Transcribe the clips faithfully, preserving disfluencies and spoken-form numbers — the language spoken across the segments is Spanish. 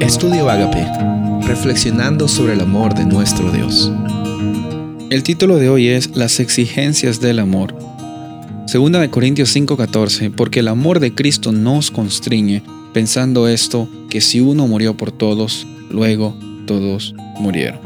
Estudio Ágape, reflexionando sobre el amor de nuestro Dios. El título de hoy es Las exigencias del amor. Segunda de Corintios cinco catorce, porque el amor de Cristo nos constriñe, pensando esto, que si uno murió por todos, luego todos murieron.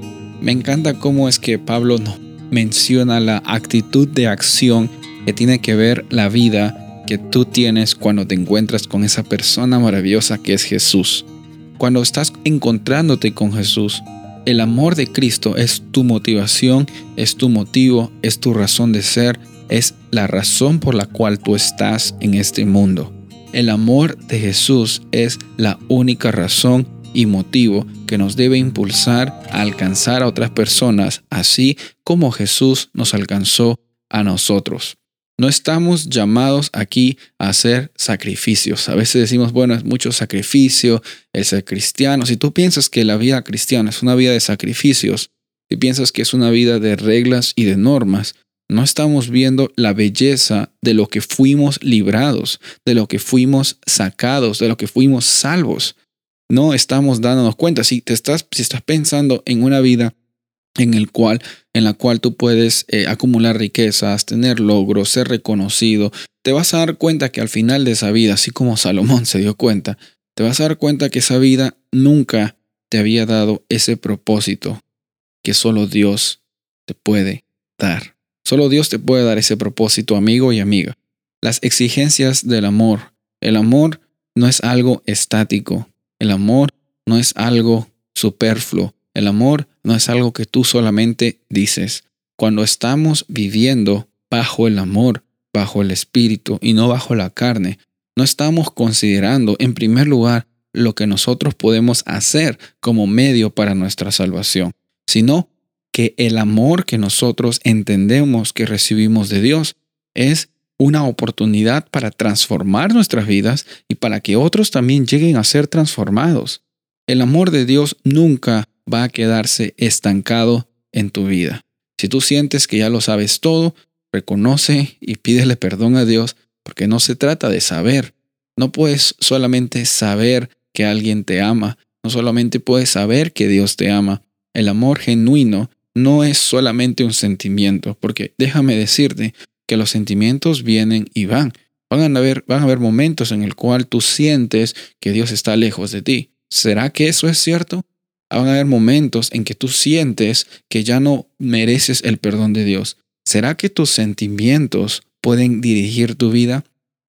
Me encanta cómo es que Pablo nos menciona la actitud de acción que tiene que ver la vida que tú tienes cuando te encuentras con esa persona maravillosa que es Jesús. Cuando estás encontrándote con Jesús, el amor de Cristo es tu motivación, es tu motivo, es tu razón de ser, es la razón por la cual tú estás en este mundo. El amor de Jesús es la única razón y motivo que nos debe impulsar a alcanzar a otras personas, así como Jesús nos alcanzó a nosotros. No estamos llamados aquí a hacer sacrificios. A veces decimos, bueno, es mucho sacrificio el ser cristiano. Si tú piensas que la vida cristiana es una vida de sacrificios, si piensas que es una vida de reglas y de normas, no estamos viendo la belleza de lo que fuimos librados, de lo que fuimos sacados, de lo que fuimos salvos. No estamos dándonos cuenta. Si te estás, si estás pensando en una vida en el cual, en la cual tú puedes eh, acumular riquezas, tener logros, ser reconocido, te vas a dar cuenta que al final de esa vida, así como Salomón se dio cuenta, te vas a dar cuenta que esa vida nunca te había dado ese propósito que solo Dios te puede dar. Solo Dios te puede dar ese propósito, amigo y amiga. Las exigencias del amor. El amor no es algo estático. El amor no es algo superfluo. El amor no es algo que tú solamente dices. Cuando estamos viviendo bajo el amor, bajo el espíritu y no bajo la carne, no estamos considerando en primer lugar lo que nosotros podemos hacer como medio para nuestra salvación, sino que el amor que nosotros entendemos que recibimos de Dios es una oportunidad para transformar nuestras vidas y para que otros también lleguen a ser transformados. El amor de Dios nunca va a quedarse estancado en tu vida. Si tú sientes que ya lo sabes todo, reconoce y pídele perdón a Dios, porque no se trata de saber. No puedes solamente saber que alguien te ama, no solamente puedes saber que Dios te ama. El amor genuino no es solamente un sentimiento, porque déjame decirte que los sentimientos vienen y van. Van a haber, van a haber momentos en el cual tú sientes que Dios está lejos de ti. ¿Será que eso es cierto? Van a haber momentos en que tú sientes que ya no mereces el perdón de Dios. ¿Será que tus sentimientos pueden dirigir tu vida?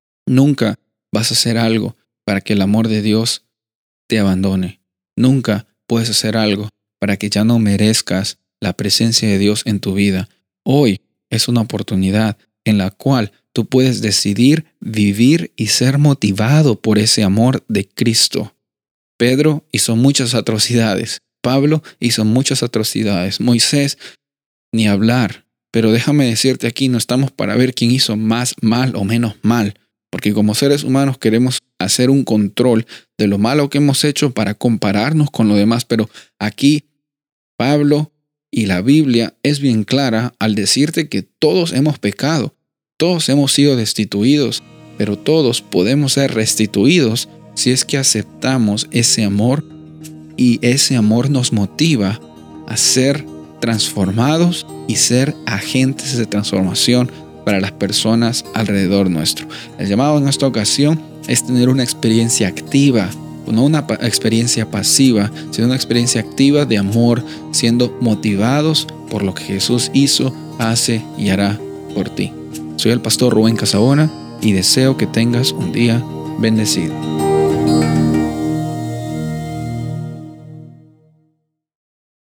Nunca vas a hacer algo para que el amor de Dios te abandone. Nunca puedes hacer algo para que ya no merezcas la presencia de Dios en tu vida. Hoy es una oportunidad en la cual tú puedes decidir vivir y ser motivado por ese amor de Cristo. Pedro hizo muchas atrocidades. Pablo hizo muchas atrocidades. Moisés, ni hablar. Pero déjame decirte aquí, no estamos para ver quién hizo más mal o menos mal. Porque como seres humanos queremos hacer un control de lo malo que hemos hecho para compararnos con lo demás. Pero aquí Pablo y la Biblia es bien clara al decirte que todos hemos pecado. Todos hemos sido destituidos. Pero todos podemos ser restituidos si es que aceptamos ese amor y ese amor nos motiva a ser transformados y ser agentes de transformación para las personas alrededor nuestro. El llamado en esta ocasión es tener una experiencia activa, no una pa- experiencia pasiva, sino una experiencia activa de amor, siendo motivados por lo que Jesús hizo, hace y hará por ti. Soy el pastor Rubén Casabona y deseo que tengas un día bendecido.